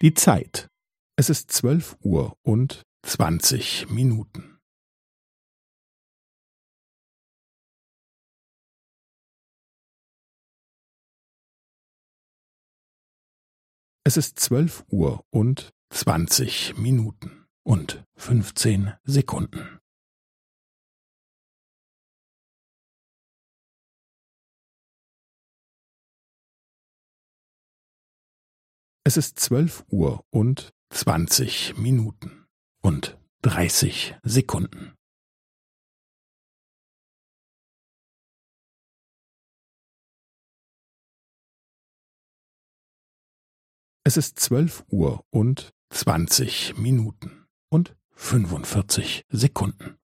Die Zeit. Es ist 12:20 Uhr. Es ist 12:20 Uhr und 15 Sekunden. Es ist 12:20 Uhr und 30 Sekunden. Es ist 12:20 Uhr und 45 Sekunden.